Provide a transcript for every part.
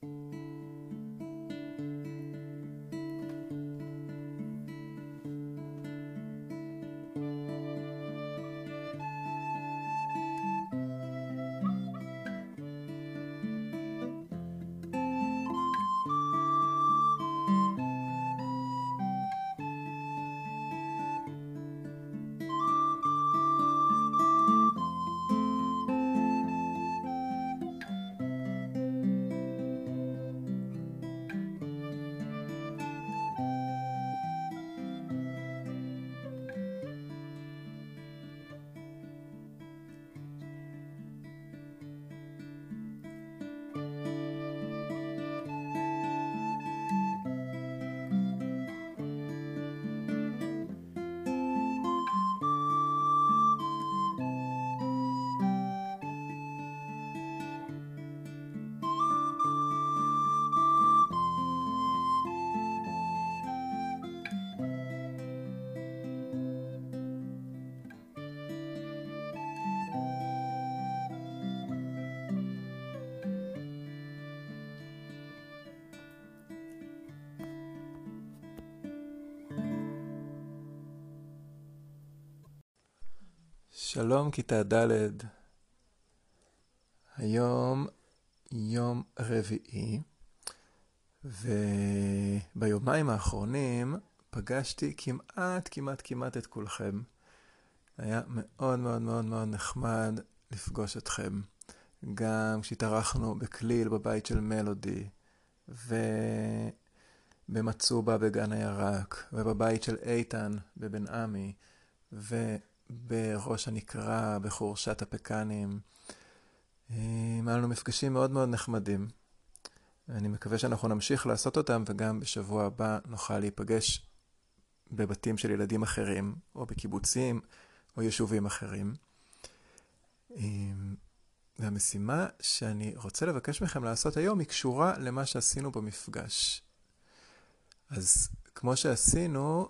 שלום כיתה ד'. היום יום רביעי, וביומיים האחרונים פגשתי כמעט את כולכם. היה מאוד מאוד מאוד מאוד נחמד לפגוש אתכם. גם כשהתארחנו בכליל בבית של מלודי, ובמצובה בגן הירק, ובבית של איתן בבן עמי, בראש הנקרה, בחורשת הפקנים. היה לנו מפגשים מאוד מאוד נחמדים. אני מקווה שאנחנו נמשיך לעשות אותם, וגם בשבוע הבא נוכל להיפגש בבתים של ילדים אחרים, או בקיבוצים, או יישובים אחרים. והמשימה שאני רוצה לבקש מכם לעשות היום היא קשורה למה שעשינו במפגש. אז כמו שעשינו,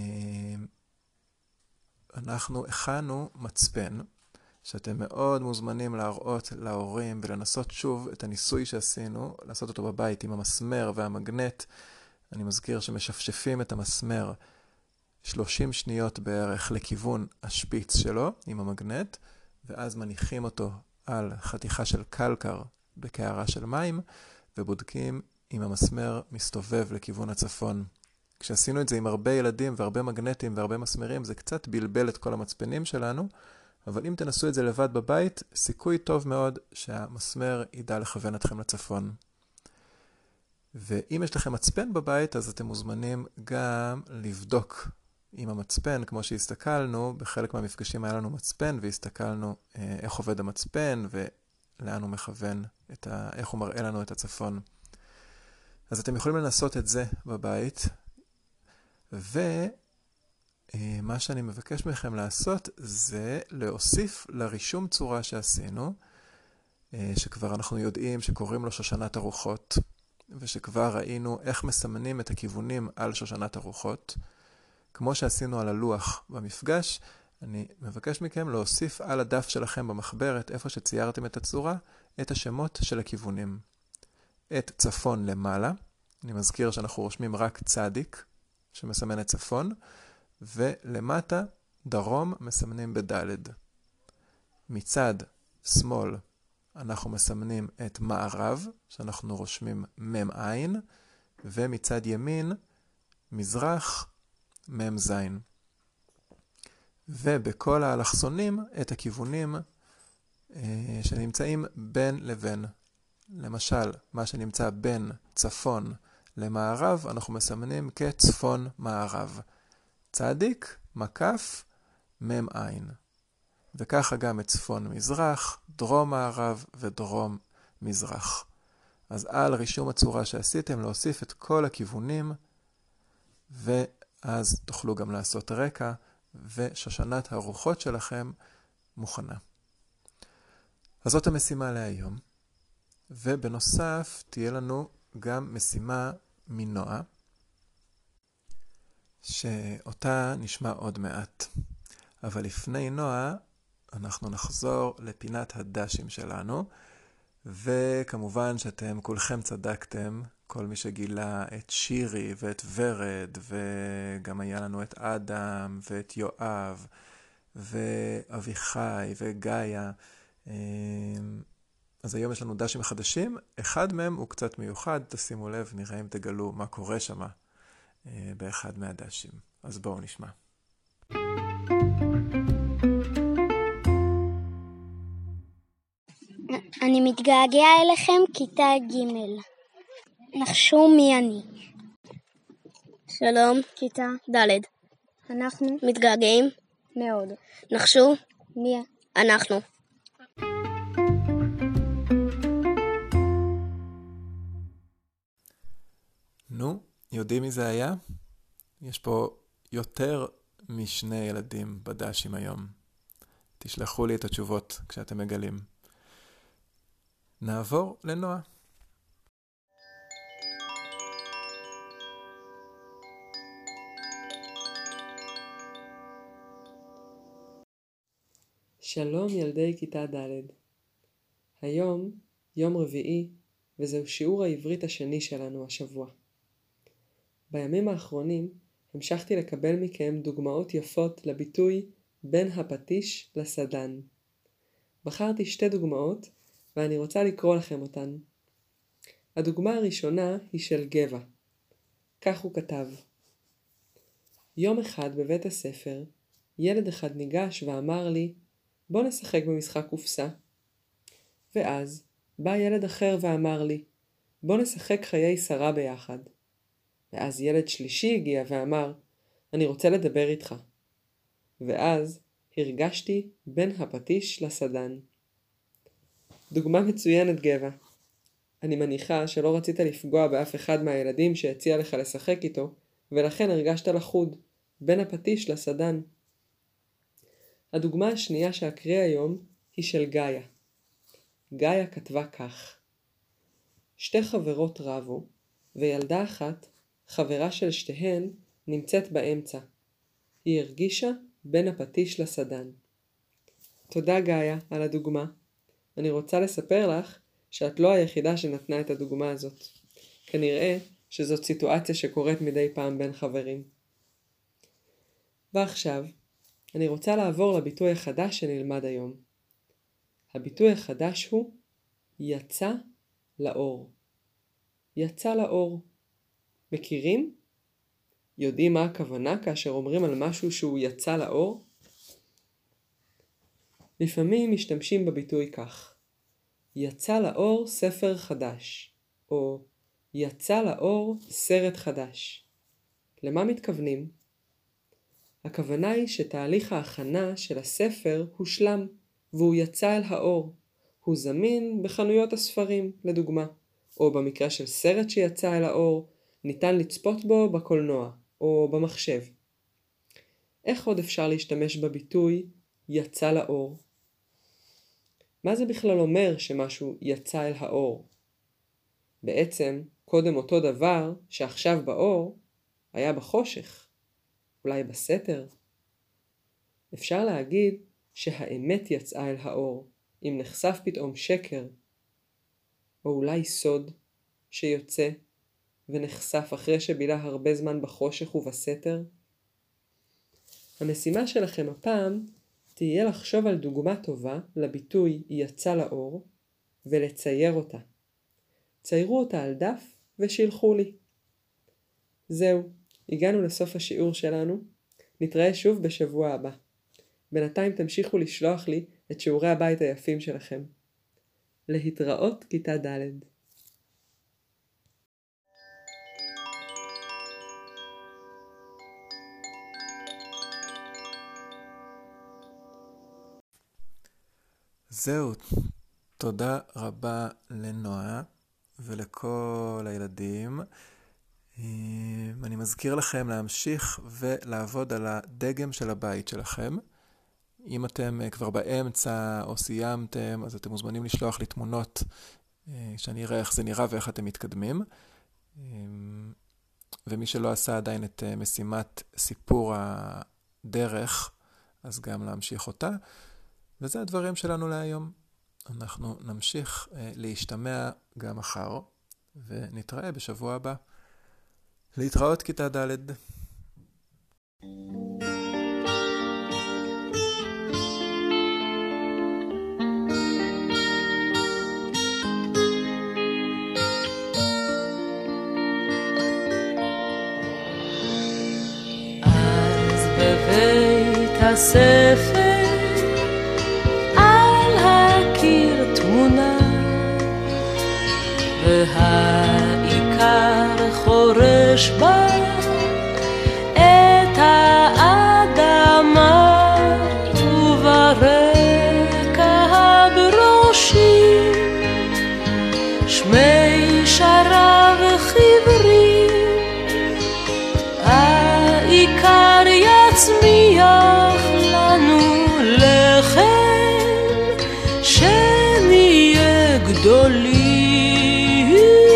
אנחנו הכנו מצפן, שאתם מאוד מוזמנים להראות להורים ולנסות שוב את הניסוי שעשינו, לעשות אותו בבית עם המסמר והמגנט. אני מזכיר שמשפשפים את המסמר 30 שניות בערך לכיוון השפיץ שלו עם המגנט, ואז מניחים אותו על חתיכה של קלקר בקערה של מים, ובודקים אם המסמר מסתובב לכיוון הצפון. כשעשינו את זה עם הרבה ילדים והרבה מגנטים והרבה מסמרים, זה קצת בלבל את כל המצפנים שלנו, אבל אם תנסו את זה לבד בבית, סיכוי טוב מאוד שהמסמר ידע לכוון אתכם לצפון. ואם יש לכם מצפן בבית, אז אתם מוזמנים גם לבדוק עם המצפן, כמו שהסתכלנו, בחלק מהמפגשים היה לנו מצפן, והסתכלנו איך עובד המצפן, ולאן הוא מכוון, איך הוא מראה לנו את הצפון. אז אתם יכולים לנסות את זה בבית, ומה שאני מבקש מכם לעשות זה להוסיף לרישום צורה שעשינו, שכבר אנחנו יודעים שקוראים לו שושנת הרוחות, ושכבר ראינו איך מסמנים את הכיוונים על שושנת הרוחות. כמו שעשינו על הלוח במפגש, אני מבקש מכם להוסיף על הדף שלכם במחברת, איפה שציירתם את הצורה, את השמות של הכיוונים. את צפון למעלה, אני מזכיר שאנחנו רושמים רק צדיק, שמסמן את צפון, ולמטה דרום מסמנים בדלת. מצד שמאל אנחנו מסמנים את מערב, שאנחנו רושמים מם עין, ומצד ימין מזרח מם זין. ובכל האלכסונים את הכיוונים שנמצאים בין לבין. למשל, מה שנמצא בין צפון למערב, אנחנו מסמנים כצפון מערב. צדיק, מקף, מם עין. וככה גם את צפון מזרח, דרום מערב ודרום מזרח. אז על רישום הצורה שעשיתם להוסיף את כל הכיוונים, ואז תוכלו גם לעשות רקע, ושושנת הרוחות שלכם מוכנה. אז זאת המשימה להיום. ובנוסף תהיה לנו גם משימה מנועה, שאותה נשמע עוד מעט. אבל לפני נועה, אנחנו נחזור לפינת הדשים שלנו. וכמובן שאתם כולכם צדקתם, כל מי שגילה את שירי ואת ורד, וגם היה לנו את אדם ואת יואב ואביחי וגאיה. אז היום יש לנו דשים חדשים, אחד מהם הוא קצת מיוחד, תשימו לב, נראה אם תגלו מה קורה שם באחד מהדשים. אז בואו נשמע. אני מתגעגע אליכם כיתה ג'. נחשו מי אני. שלום, כיתה ד'. אנחנו מתגעגעים? מאוד. נחשו? מי? אנחנו. נו, יודעים מי זה היה? יש פה יותר משני ילדים בדשים היום. תשלחו לי את התשובות כשאתם מגלים. נעבור לנועה. שלום ילדי כיתה ד'. היום יום רביעי וזהו שיעור העברית השני שלנו השבוע. בימים האחרונים המשכתי לקבל מכם דוגמאות יפות לביטוי בין הפטיש לסדן. בחרתי 2 דוגמאות ואני רוצה לקרוא לכם אותן. הדוגמה הראשונה היא של גבע. כך הוא כתב: יום אחד בבית הספר ילד אחד ניגש ואמר לי, בוא נשחק במשחק קופסה. ואז בא ילד אחר ואמר לי, בוא נשחק חיי שרה ביחד. ואז ילד שלישי הגיע ואמר, אני רוצה לדבר איתך. ואז הרגשתי בין הפטיש לסדן. דוגמה מצוינת גבע. אני מניחה שלא רצית לפגוע באף אחד מהילדים שהציע לך לשחק איתו, ולכן הרגשת לחוד, בין הפטיש לסדן. הדוגמה השנייה שאקריא היום היא של גאיה. גאיה כתבה כך: 2 חברות רבו, וילדה אחת, חברה של שתיהן, נמצאת באמצע. היא הרגישה בין הפטיש לסדן. תודה גאיה על הדוגמה. אני רוצה לספר לך שאת לא היחידה שנתנה את הדוגמה הזאת. כנראה שזאת סיטואציה שקורית מדי פעם בין חברים. ועכשיו, אני רוצה לעבור לביטוי החדש שנלמד היום. הביטוי החדש הוא יצא לאור. יצא לאור. מכירים? יודעים מה הכוונה כאשר אומרים על משהו שהוא יצא לאור? לפעמים משתמשים בביטוי כך: יצא לאור ספר חדש, או יצא לאור סרט חדש. למה מתכוונים? הכוונה היא שתהליך ההכנה של הספר הושלם, והוא יצא אל האור. הוא זמין בחנויות הספרים, לדוגמה. או במקרה של סרט שיצא אל האור, ניתן לצפות בו בקולנוע, או במחשב. איך עוד אפשר להשתמש בביטוי יצא לאור? מה זה בכלל אומר שמשהו יצא אל האור? בעצם, קודם אותו דבר שעכשיו באור, היה בחושך. אולי בסתר. אפשר להגיד שהאמת יצאה אל האור, אם נחשף פתאום שקר. או אולי סוד שיוצא ונחשף אחרי שבילה הרבה זמן בחושך ובסתר. המשימה שלכם הפעם תהיה לחשוב על דוגמה טובה לביטוי יצא לאור ולצייר אותה. ציירו אותה על דף ושילחו לי. זהו, הגענו לסוף השיעור שלנו. נתראה שוב בשבוע הבא. בינתיים תמשיכו לשלוח לי את שיעורי הבית היפים שלכם. להתראות כיתה ד'. זהו, תודה רבה לנועה ולכל הילדים. אני מזכיר לכם להמשיך ולעבוד על הדגם של הבית שלכם. אם אתם כבר באמצע או סיימתם, אז אתם מוזמנים לשלוח לי תמונות שאני אראה איך זה נראה ואיך אתם מתקדמים. ומי שלא עשה עדיין את משימת סיפור הדרך, אז גם להמשיך אותה. וזה הדברים שלנו להיום. אנחנו נמשיך להשתמע גם מחר, ונתראה בשבוע הבא. להתראות כיתה ד'. בבית הספר על הקיר תמונה, והעיקר חורש בה את האדמה, וברקע הברושים שמי שרה וחברים. העיקר יצמיח לנו לחם, שנהיה גדולים.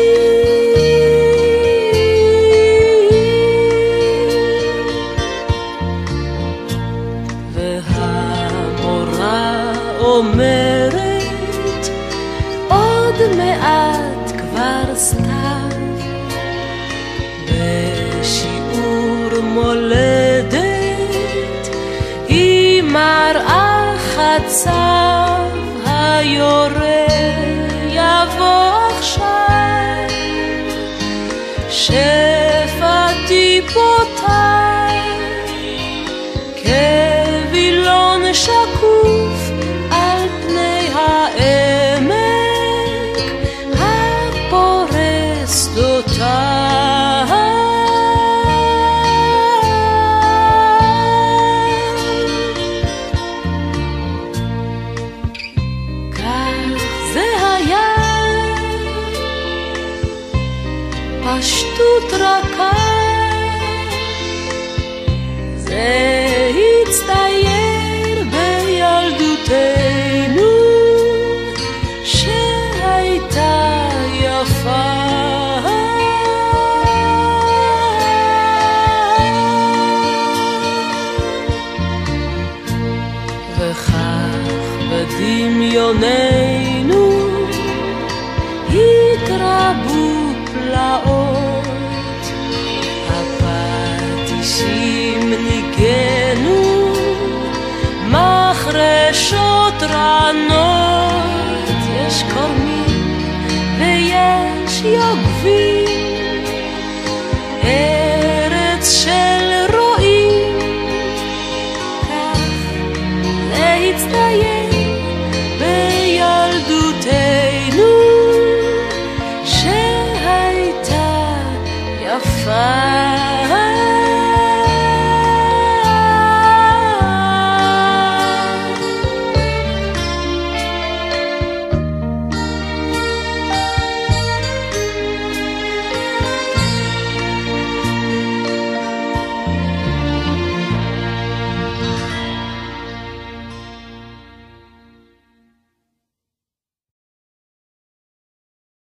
והמורה אומרת עוד מעט כבר סתיו, מולדת היא מראה חצב, היורה יבוא עכשיו, שפע טיפותיי כבילון שקוף על פני העמק הפורס דותיי. פשטות רכה, זה הצטייר בילדותנו שהייתה יפה. וכך בדמיוננו התרבו פלאות, הפטישים ניגנו, מחרשות רענות, יש קורמים ויש יוגבים, ארץ של רועים, כך זה הצטייר בילדותנו שהייתה יפה.